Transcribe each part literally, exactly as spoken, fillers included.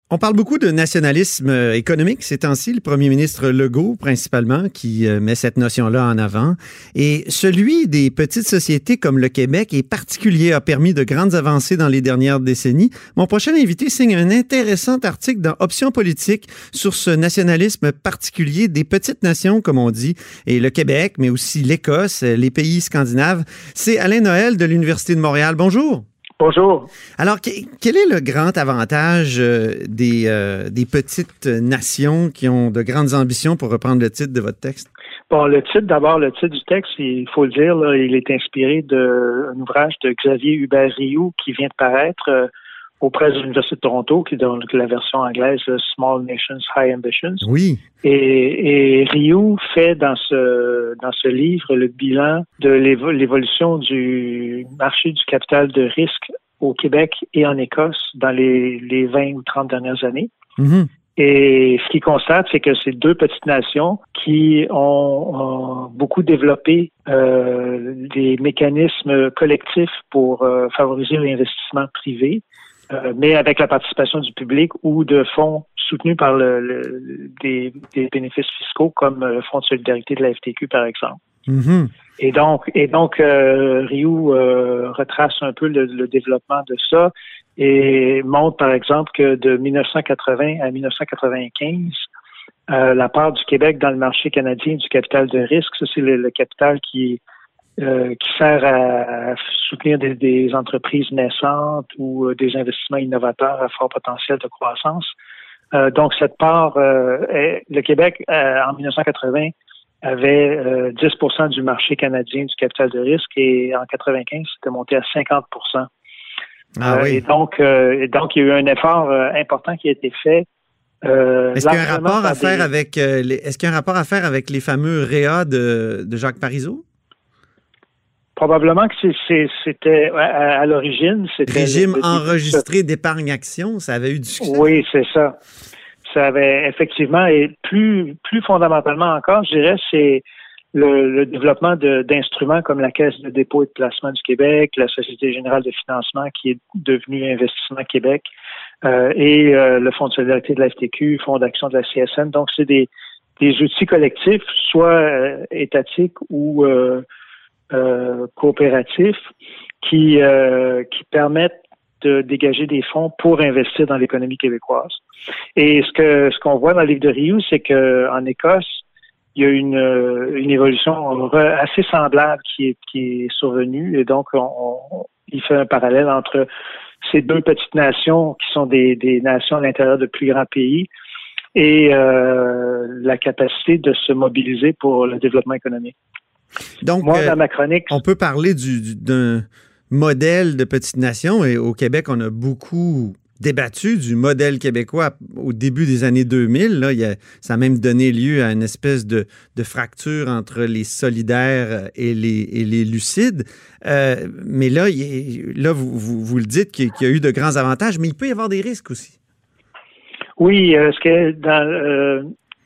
On parle beaucoup de nationalisme économique ces temps-ci, le premier ministre Legault principalement qui met cette notion-là en avant. Et celui des petites sociétés comme le Québec est particulier, a permis de grandes avancées dans les dernières décennies. Mon prochain invité signe un intéressant article dans Options politiques sur ce nationalisme particulier des petites nations, comme on dit, et le Québec, mais aussi l'Écosse, les pays scandinaves. C'est Alain Noël de l'Université de Montréal. Bonjour. Bonjour. Alors, quel est le grand avantage des, euh, des petites nations qui ont de grandes ambitions, pour reprendre le titre de votre texte? Bon, le titre, d'abord, le titre du texte, il faut le dire, là, il est inspiré d'un ouvrage de Xavier Hubert-Rioux qui vient de paraître euh, auprès de l'Université de Toronto, qui est dans la version anglaise, Small Nations, High Ambitions. Oui. Et, et Rioux fait dans ce dans ce livre le bilan de l'évo- l'évolution du marché du capital de risque au Québec et en Écosse dans les, les vingt ou trente dernières années. Mm-hmm. Et ce qu'il constate, c'est que c'est deux petites nations qui ont, ont beaucoup développé euh, des mécanismes collectifs pour euh, favoriser l'investissement privé. Euh, mais avec la participation du public ou de fonds soutenus par le, le, des, des bénéfices fiscaux comme le Fonds de solidarité de la F T Q, par exemple. Mm-hmm. Et donc, et donc euh, Rioux euh, retrace un peu le, le développement de ça et montre, par exemple, que de dix-neuf cent quatre-vingts à dix-neuf cent quatre-vingt-quinze, euh, la part du Québec dans le marché canadien du capital de risque, ça c'est le, le capital qui Euh, qui sert à soutenir des, des entreprises naissantes ou euh, des investissements innovateurs à fort potentiel de croissance. Euh, donc, cette part, euh, est, le Québec, euh, en dix-neuf cent quatre-vingts, avait euh, dix pour cent du marché canadien du capital de risque et en quatre-vingt-quinze, c'était monté à cinquante pour cent. Ah euh, oui. Et donc, euh, et donc, il y a eu un effort euh, important qui a été fait. Euh, est-ce qu'il y a un rapport à faire des... avec euh, les, est-ce qu'il y a un rapport à faire avec les fameux R E A de, de Jacques Parizeau? Probablement que c'est, c'est, c'était à, à l'origine. C'était Régime le, le enregistré d'épargne-action, ça avait eu du succès. Oui, c'est ça. Ça avait effectivement, et plus plus fondamentalement encore, je dirais, c'est le, le développement de, d'instruments comme la Caisse de dépôt et de placement du Québec, la Société générale de financement qui est devenue Investissement Québec, euh, et euh, le Fonds de solidarité de la F T Q, Fonds d'action de la C S N. Donc, c'est des, des outils collectifs, soit euh, étatiques ou euh, Euh, coopératifs qui euh, qui permettent de dégager des fonds pour investir dans l'économie québécoise. Et ce que ce qu'on voit dans le livre de Rioux, c'est que en Écosse, il y a une une évolution assez semblable qui est qui est survenue et donc on, on il fait un parallèle entre ces deux petites nations qui sont des des nations à l'intérieur de plus grands pays et euh, la capacité de se mobiliser pour le développement économique. Donc, Moi, dans euh, ma chronique, on peut parler du, du, d'un modèle de petite nation et au Québec, on a beaucoup débattu du modèle québécois au début des années deux mille. Là, il y a, ça a même donné lieu à une espèce de, de fracture entre les solidaires et les, et les lucides. Euh, mais là, il, là vous, vous, vous le dites qu'il y a eu de grands avantages, mais il peut y avoir des risques aussi. Oui, euh, ce que dans euh,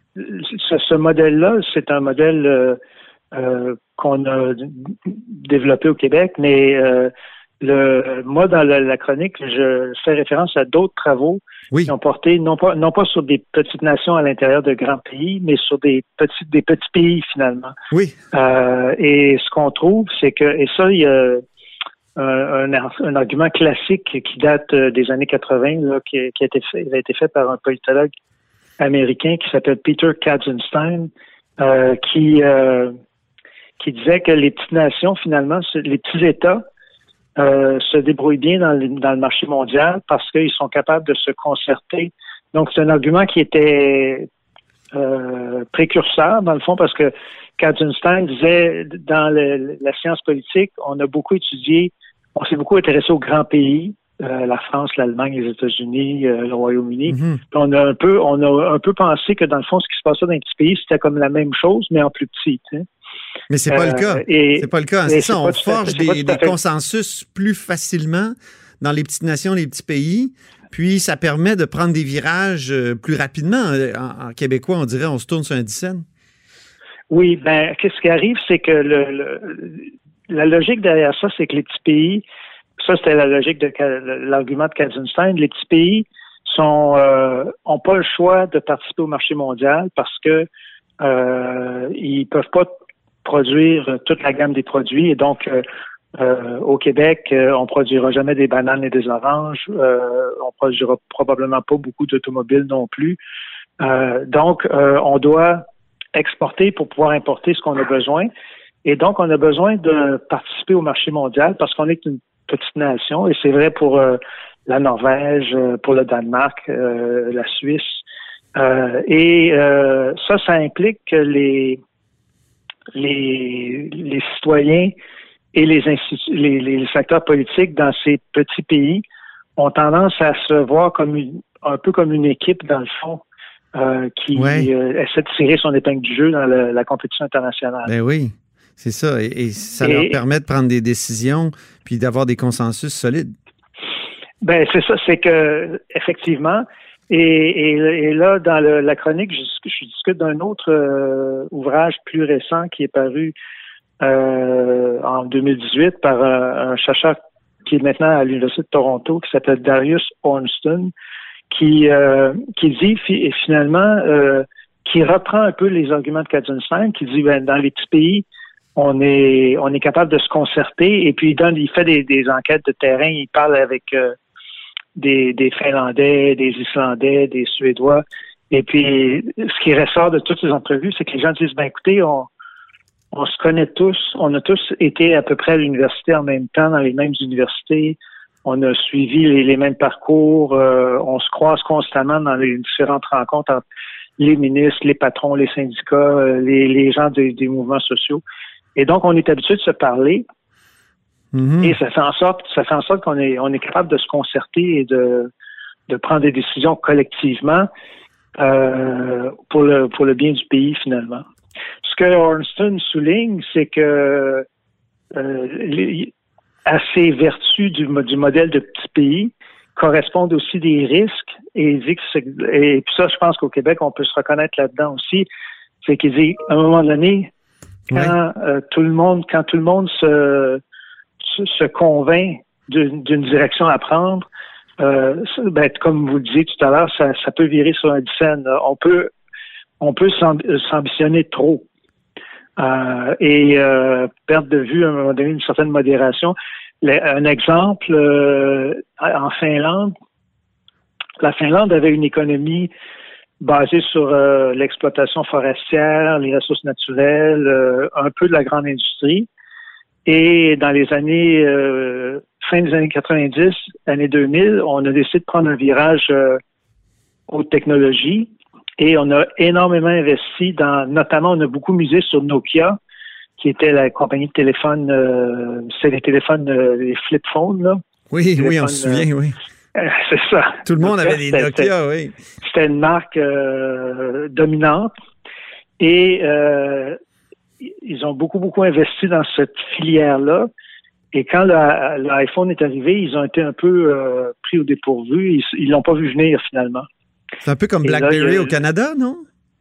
ce, ce modèle-là, c'est un modèle euh, Euh, qu'on a développé au Québec, mais euh, le moi dans la, la chronique, je fais référence à d'autres travaux oui. qui ont porté non pas non pas sur des petites nations à l'intérieur de grands pays, mais sur des petits des petits pays finalement. Oui. Euh, et ce qu'on trouve, c'est que et ça il y a un, un, un argument classique qui date des années quatre-vingts là, qui, qui a été fait, a été fait par un politologue américain qui s'appelle Peter Katzenstein, euh, qui euh, qui disait que les petites nations, finalement, les petits États euh, se débrouillent bien dans le, dans le marché mondial parce qu'ils sont capables de se concerter. Donc, c'est un argument qui était euh, précurseur, dans le fond, parce que Katzenstein disait, dans le, la science politique, on a beaucoup étudié, on s'est beaucoup intéressé aux grands pays, euh, la France, l'Allemagne, les États-Unis, euh, le Royaume-Uni. Mm-hmm. On a un peu, on a un peu pensé que, dans le fond, ce qui se passait dans les petits pays, c'était comme la même chose, mais en plus petit, tu sais. Mais c'est pas euh, le cas. Et, c'est pas le cas. C'est ça, on forge fait, des, des consensus plus facilement dans les petites nations, les petits pays. Puis ça permet de prendre des virages plus rapidement. En, en québécois, on dirait on se tourne sur un dixaine. Oui, ben qu'est-ce qui arrive, c'est que le, le, la logique derrière ça, c'est que les petits pays, ça c'était la logique de l'argument de Katzenstein, les petits pays sont euh, ont pas le choix de participer au marché mondial parce que euh, ils peuvent pas produire toute la gamme des produits et donc euh, euh, au Québec, euh, on produira jamais des bananes et des oranges, euh, on produira probablement pas beaucoup d'automobiles non plus. Euh, donc, euh, on doit exporter pour pouvoir importer ce qu'on a besoin. Et donc, on a besoin de participer au marché mondial parce qu'on est une petite nation. Et c'est vrai pour euh, la Norvège, pour le Danemark, euh, la Suisse. Euh, et euh, ça, ça implique que les, les, les citoyens et les, institu- les, les acteurs politiques dans ces petits pays ont tendance à se voir comme une, un peu comme une équipe, dans le fond, euh, qui ouais. euh, essaie de tirer son épingle du jeu dans le, la compétition internationale. Ben oui, c'est ça. Et, et ça et, leur permet de prendre des décisions puis d'avoir des consensus solides. Ben c'est ça, c'est que effectivement. Et, et, et là, dans le, la chronique, je, je discute d'un autre euh, ouvrage plus récent qui est paru euh, en deux mille dix-huit par un, un chercheur qui est maintenant à l'Université de Toronto, qui s'appelle Darius Ornstein, qui euh, qui dit fi- finalement, euh, qui reprend un peu les arguments de Katzenstein, qui dit ben, dans les petits pays, on est on est capable de se concerter, et puis il donne, il fait des, des enquêtes de terrain, il parle avec euh, des, des Finlandais, des Islandais, des Suédois, et puis ce qui ressort de toutes ces entrevues, c'est que les gens disent ben écoutez, on on se connaît tous, on a tous été à peu près à l'université en même temps, dans les mêmes universités. On a suivi les, les mêmes parcours, euh, on se croise constamment dans les différentes rencontres entre les ministres, les patrons, les syndicats, euh, les, les gens des, des mouvements sociaux. Et donc, on est habitué de se parler. Mm-hmm. Et ça fait en sorte, ça fait en sorte qu'on est, on est capable de se concerter et de, de prendre des décisions collectivement euh, pour le, pour le bien du pays, finalement. Ce que Ornstein souligne, c'est que euh, les, à ces vertus du, du modèle de petit pays correspondent aussi des risques. Et il dit que c'est, et puis ça, je pense qu'au Québec, on peut se reconnaître là-dedans aussi. C'est qu'il dit, à un moment donné, quand oui. euh, tout le monde, quand tout le monde se, se, se convainc d'une, d'une direction à prendre, euh, ben, comme vous le disiez tout à l'heure, ça, ça peut virer sur un dixaine. On peut, on peut s'ambitionner trop. Euh, et euh, perdre de vue à un moment donné une certaine modération. Le, un exemple, euh, en Finlande, la Finlande avait une économie basée sur euh, l'exploitation forestière, les ressources naturelles, euh, un peu de la grande industrie. Et dans les années, euh, fin des années quatre-vingt-dix, années deux mille, on a décidé de prendre un virage euh, haute technologie. Et on a énormément investi dans, notamment, on a beaucoup misé sur Nokia, qui était la compagnie de téléphone, euh, c'est les téléphones, euh, les flip phones, là. Oui, oui, on se souvient, euh, oui. Euh, c'est ça. Tout le monde Nokia, avait des Nokia, c'était, oui. C'était une marque euh, dominante. Et euh, ils ont beaucoup, beaucoup investi dans cette filière-là. Et quand la, l'iPhone est arrivé, ils ont été un peu euh, pris au dépourvu. Ils, ils l'ont pas vu venir, finalement. C'est un peu comme BlackBerry là, au Canada, non?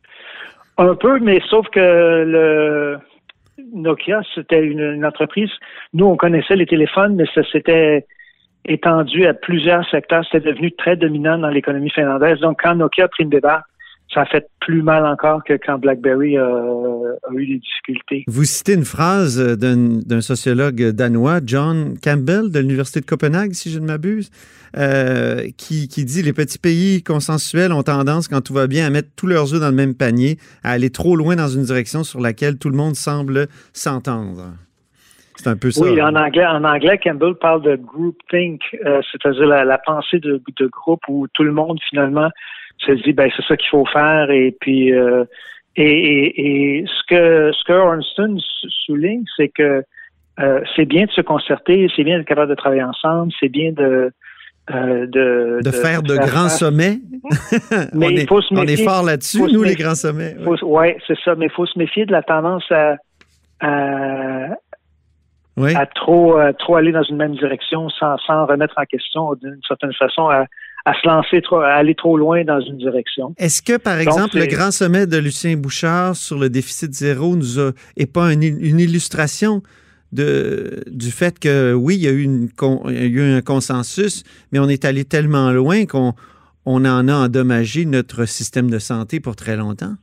Un peu, mais sauf que le Nokia, c'était une, une entreprise. Nous, on connaissait les téléphones, mais ça s'était étendu à plusieurs secteurs. C'était devenu très dominant dans l'économie finlandaise. Donc, quand Nokia a pris une débarque, ça a fait plus mal encore que quand BlackBerry a, a eu des difficultés. Vous citez une phrase d'un, d'un sociologue danois, John Campbell, de l'Université de Copenhague, si je ne m'abuse, euh, qui, qui dit « Les petits pays consensuels ont tendance, quand tout va bien, à mettre tous leurs œufs dans le même panier, à aller trop loin dans une direction sur laquelle tout le monde semble s'entendre. » C'est un peu ça. Oui, en anglais, en anglais, Campbell parle de groupthink, euh, c'est-à-dire la, la pensée de, de groupe où tout le monde, finalement, se dit ben c'est ça qu'il faut faire et puis euh, et, et, et ce que ce que Ornstein souligne, c'est que euh, c'est bien de se concerter, c'est bien d'être capable de travailler ensemble, c'est bien de euh, de, de, de faire de, de faire grands faire. sommets. Mais on, il est, faut se méfier, on est fort là-dessus, nous, méfier, les grands sommets. Oui, ouais, c'est ça, mais il faut se méfier de la tendance à, à Oui. à trop à trop aller dans une même direction sans sans remettre en question d'une certaine façon à à se lancer trop, à aller trop loin dans une direction. Est-ce que, par exemple, Donc, le grand sommet de Lucien Bouchard sur le déficit zéro nous a, est pas une, une illustration de, du fait que, oui, il y a eu une, il y a eu un consensus, mais on est allé tellement loin qu'on on en a endommagé notre système de santé pour très longtemps?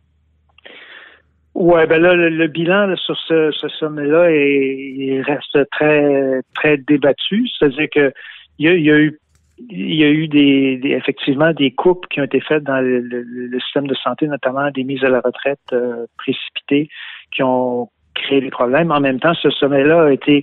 Oui, ben là, le, le bilan là, sur ce, ce sommet-là est, il reste très, très débattu. C'est-à-dire que il y a, il y a eu il y a eu des, des effectivement des coupes qui ont été faites dans le, le, le système de santé, notamment des mises à la retraite euh, précipitées qui ont créé des problèmes. En même temps, ce sommet-là a été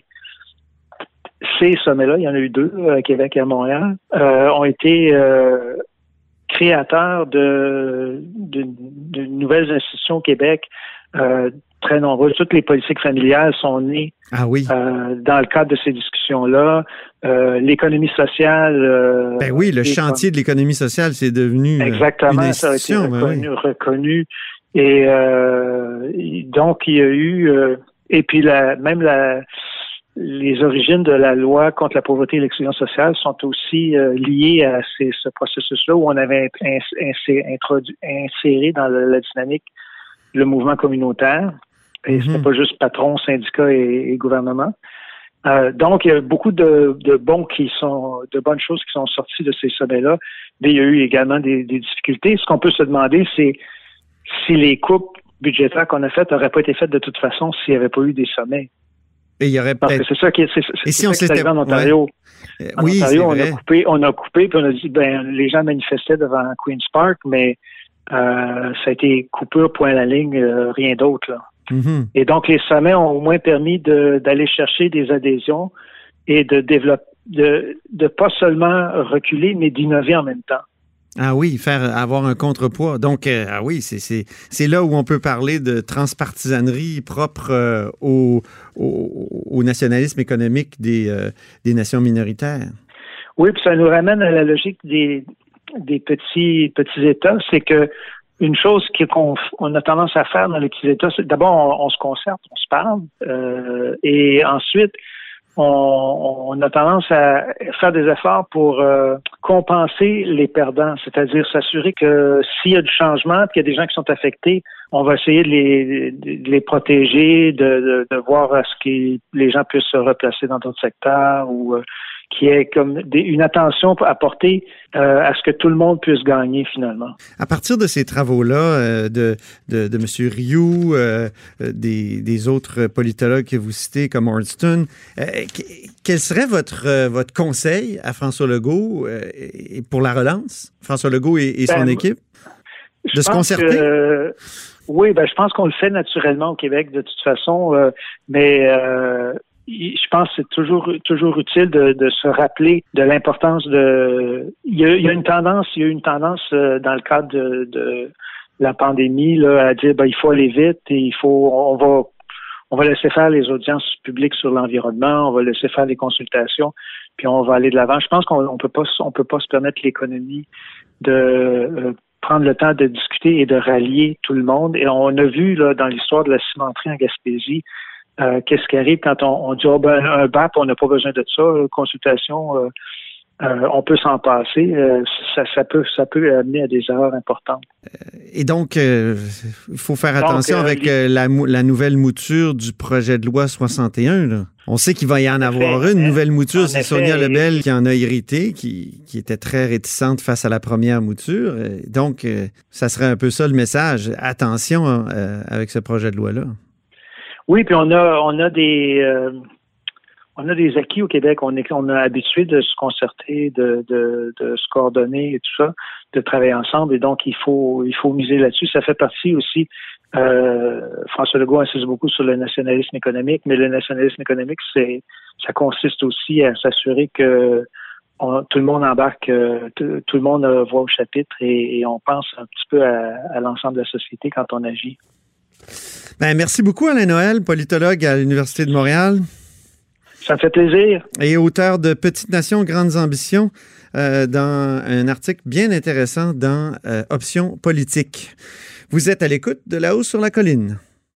ces sommets-là, il y en a eu deux à Québec et à Montréal, euh, ont été euh, créateurs de, de, de nouvelles institutions au Québec, euh, très nombreuses. Toutes les politiques familiales sont nées ah oui. euh, dans le cadre de ces discussions-là. Euh, l'économie sociale... Euh, ben oui, le chantier comme... de l'économie sociale, c'est devenu Exactement, une institution. Ça a été reconnu. Ben oui. reconnu. Et euh, donc, il y a eu... Euh, et puis, la, même la... les origines de la loi contre la pauvreté et l'exclusion sociale sont aussi euh, liées à ces, ce processus-là où on avait ins, ins, introduit, inséré dans la, la dynamique le mouvement communautaire. Et mm-hmm. c'était pas juste patron, syndicat et, et gouvernement. Euh, donc, il y a beaucoup de, de bons qui sont, de bonnes choses qui sont sorties de ces sommets-là. Mais il y a eu également des, des difficultés. Ce qu'on peut se demander, c'est si les coupes budgétaires qu'on a faites n'auraient pas été faites de toute façon s'il n'y avait pas eu des sommets. Et il y aurait Parce que c'est ça qui est, c'est, c'est, et si on s'était en Ontario. Ouais. En oui, Ontario, c'est on vrai. a coupé, on a coupé, puis on a dit, ben, les gens manifestaient devant Queen's Park, mais euh, ça a été coupure, point à la ligne, euh, rien d'autre, là. Mm-hmm. Et donc, les sommets ont au moins permis de, d'aller chercher des adhésions et de développer, de, de pas seulement reculer, mais d'innover en même temps. Ah oui, faire avoir un contrepoids. Donc, euh, ah oui, c'est, c'est, c'est là où on peut parler de transpartisanerie propre euh, au, au, au nationalisme économique des, euh, des nations minoritaires. Oui, puis ça nous ramène à la logique des, des petits, petits États. C'est que une chose qu'on on a tendance à faire dans les petits États, c'est d'abord, on, on se concerte, on se parle, euh, et ensuite, On, on a tendance à faire des efforts pour euh, compenser les perdants, c'est-à-dire s'assurer que s'il y a du changement, qu'il y a des gens qui sont affectés, on va essayer de les, de les protéger, de, de, de voir à ce que les gens puissent se replacer dans d'autres secteurs ou euh, qu'il y ait comme des, une attention apportée euh, à ce que tout le monde puisse gagner finalement. À partir de ces travaux-là, euh, de, de, de M. Rioux, euh, des, des autres politologues que vous citez comme Ornston, euh, quel serait votre, euh, votre conseil à François Legault euh, pour la relance? François Legault et, et son ben, équipe? De se concerter? Que, euh, oui, ben, je pense qu'on le fait naturellement au Québec de toute façon, euh, mais... Euh, je pense que c'est toujours toujours utile de, de se rappeler de l'importance de. Il y a, il y a une tendance, il y a une tendance euh, dans le cadre de, de la pandémie là, à dire ben il faut aller vite et il faut on va on va laisser faire les audiences publiques sur l'environnement, on va laisser faire les consultations, puis on va aller de l'avant. Je pense qu'on on peut pas on peut pas se permettre l'économie de euh, prendre le temps de discuter et de rallier tout le monde. Et on a vu là dans l'histoire de la cimenterie en Gaspésie. Euh, qu'est-ce qui arrive quand on, on dit oh, ben, un B A P, on n'a pas besoin de ça, consultation, euh, euh, on peut s'en passer. Euh, ça, ça peut ça peut amener à des erreurs importantes. Et donc, il euh, faut faire attention donc, euh, avec les... la, la nouvelle mouture du projet de loi soixante et un. Là. On sait qu'il va y en avoir fait, une nouvelle mouture. C'est effet, Sonia Lebel qui en a hérité, qui, qui était très réticente face à la première mouture. Donc, euh, ça serait un peu ça le message. Attention euh, avec ce projet de loi-là. Oui, puis on a on a des euh, on a des acquis au Québec. On est on a habitué de se concerter, de, de de se coordonner et tout ça, de travailler ensemble. Et donc il faut il faut miser là-dessus. Ça fait partie aussi. Euh, François Legault insiste beaucoup sur le nationalisme économique, mais le nationalisme économique, c'est ça consiste aussi à s'assurer que on, tout le monde embarque, euh, tout, tout le monde euh, voit au chapitre et, et on pense un petit peu à, à l'ensemble de la société quand on agit. Ben, merci beaucoup, Alain Noël, politologue à l'Université de Montréal. Ça me fait plaisir. Et auteur de Petites Nations, Grandes Ambitions, euh, dans un article bien intéressant dans euh, Options politiques. Vous êtes à l'écoute de Là-haut sur la colline.